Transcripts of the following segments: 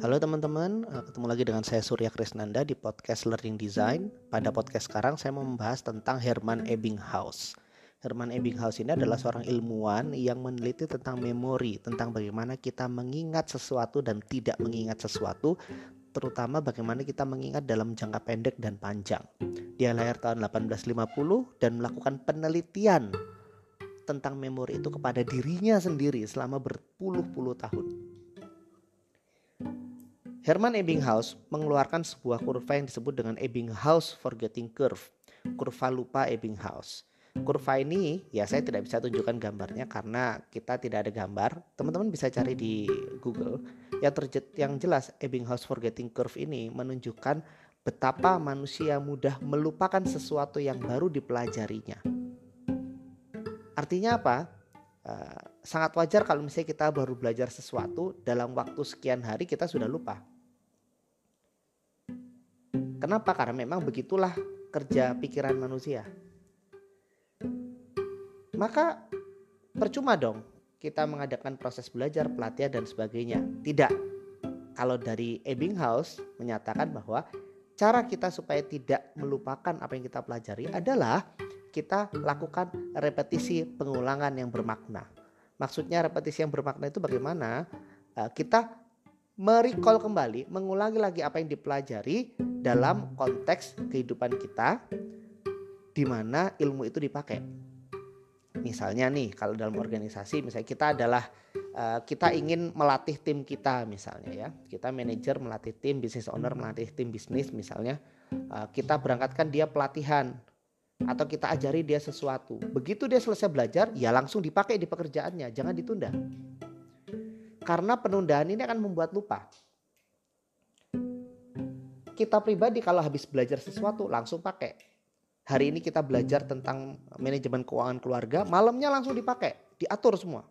Halo teman-teman, ketemu lagi dengan saya Surya Krisnanda di podcast Learning Design. Pada podcast sekarang saya mau membahas tentang Hermann Ebbinghaus. Hermann Ebbinghaus ini adalah seorang ilmuwan yang meneliti tentang memori, tentang bagaimana kita mengingat sesuatu dan tidak mengingat sesuatu, terutama bagaimana kita mengingat dalam jangka pendek dan panjang. Dia lahir tahun 1850 dan melakukan penelitian tentang memori itu kepada dirinya sendiri selama berpuluh-puluh tahun. Hermann Ebbinghaus mengeluarkan sebuah kurva yang disebut dengan Ebbinghaus Forgetting Curve, kurva lupa Ebbinghaus. Kurva ini ya saya tidak bisa tunjukkan gambarnya karena kita tidak ada gambar. Teman-teman bisa cari di Google. Yang jelas Ebbinghaus Forgetting Curve ini menunjukkan betapa manusia mudah melupakan sesuatu yang baru dipelajarinya. Artinya apa? Sangat wajar kalau misalnya kita baru belajar sesuatu dalam waktu sekian hari kita sudah lupa. Kenapa? Karena memang begitulah kerja pikiran manusia. Maka percuma dong kita mengadakan proses belajar, pelatihan dan sebagainya. Tidak. Kalau dari Ebbinghaus menyatakan bahwa cara kita supaya tidak melupakan apa yang kita pelajari adalah kita lakukan repetisi pengulangan yang bermakna. Maksudnya repetisi yang bermakna itu bagaimana? Kita merecall kembali, mengulangi lagi apa yang dipelajari dalam konteks kehidupan kita di mana ilmu itu dipakai. Misalnya nih, kalau dalam organisasi misalnya kita ingin melatih tim kita misalnya ya. Kita manajer melatih tim, business owner melatih tim bisnis misalnya. Kita berangkatkan dia pelatihan atau kita ajari dia sesuatu. Begitu dia selesai belajar, ya langsung dipakai di pekerjaannya, jangan ditunda. Karena penundaan ini akan membuat lupa. Kita pribadi kalau habis belajar sesuatu langsung pakai. Hari ini kita belajar tentang manajemen keuangan keluarga, malamnya langsung dipakai, diatur semua.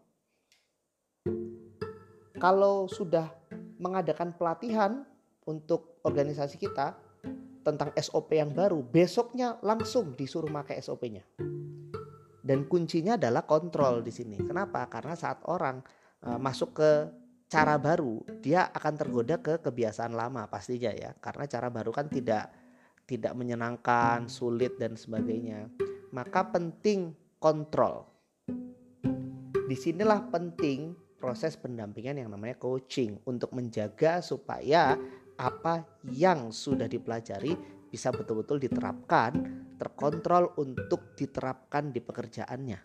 Kalau sudah mengadakan pelatihan untuk organisasi kita tentang SOP yang baru, besoknya langsung disuruh pakai SOP-nya. Dan kuncinya adalah kontrol di sini. Kenapa? Karena saat orang masuk ke cara baru, dia akan tergoda ke kebiasaan lama pastinya ya. Karena cara baru kan tidak menyenangkan, sulit dan sebagainya. Maka penting kontrol. Disinilah penting proses pendampingan yang namanya coaching untuk menjaga supaya apa yang sudah dipelajari bisa betul-betul diterapkan, terkontrol untuk diterapkan di pekerjaannya.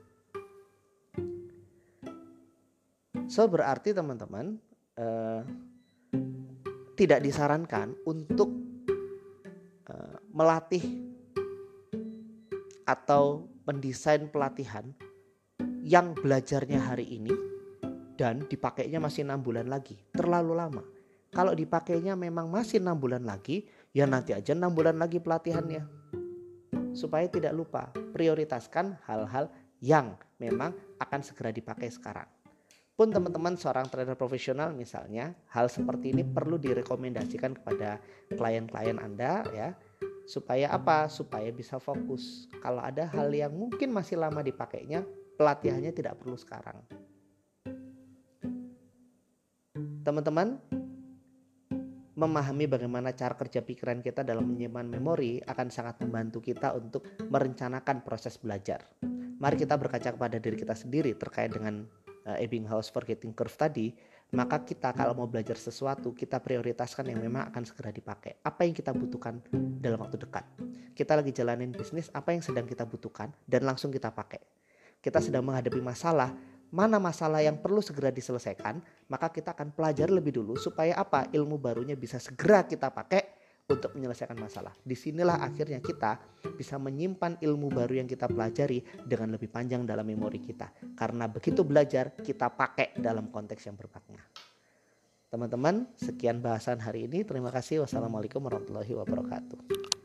So berarti teman-teman tidak disarankan untuk melatih atau mendesain pelatihan yang belajarnya hari ini dan dipakainya masih 6 bulan lagi. Terlalu lama. Kalau dipakainya memang masih 6 bulan lagi, ya nanti aja 6 bulan lagi pelatihannya. Supaya tidak lupa, prioritaskan hal-hal yang memang akan segera dipakai sekarang. Pun teman-teman seorang trainer profesional misalnya, hal seperti ini perlu direkomendasikan kepada klien-klien Anda ya. Supaya apa? Supaya bisa fokus. Kalau ada hal yang mungkin masih lama dipakainya, pelatihannya tidak perlu sekarang. Teman-teman, memahami bagaimana cara kerja pikiran kita dalam menyimpan memori akan sangat membantu kita untuk merencanakan proses belajar. Mari kita berkaca kepada diri kita sendiri terkait dengan Ebbinghaus Forgetting Curve tadi. Maka kita kalau mau belajar sesuatu, kita prioritaskan yang memang akan segera dipakai. Apa yang kita butuhkan dalam waktu dekat. Kita lagi jalanin bisnis, apa yang sedang kita butuhkan dan langsung kita pakai. Kita sedang menghadapi masalah, mana masalah yang perlu segera diselesaikan, maka kita akan pelajari lebih dulu supaya apa? Ilmu barunya bisa segera kita pakai untuk menyelesaikan masalah. Disinilah akhirnya kita bisa menyimpan ilmu baru yang kita pelajari dengan lebih panjang dalam memori kita. Karena begitu belajar, kita pakai dalam konteks yang bermakna. Teman-teman, sekian bahasan hari ini. Terima kasih. Wassalamualaikum warahmatullahi wabarakatuh.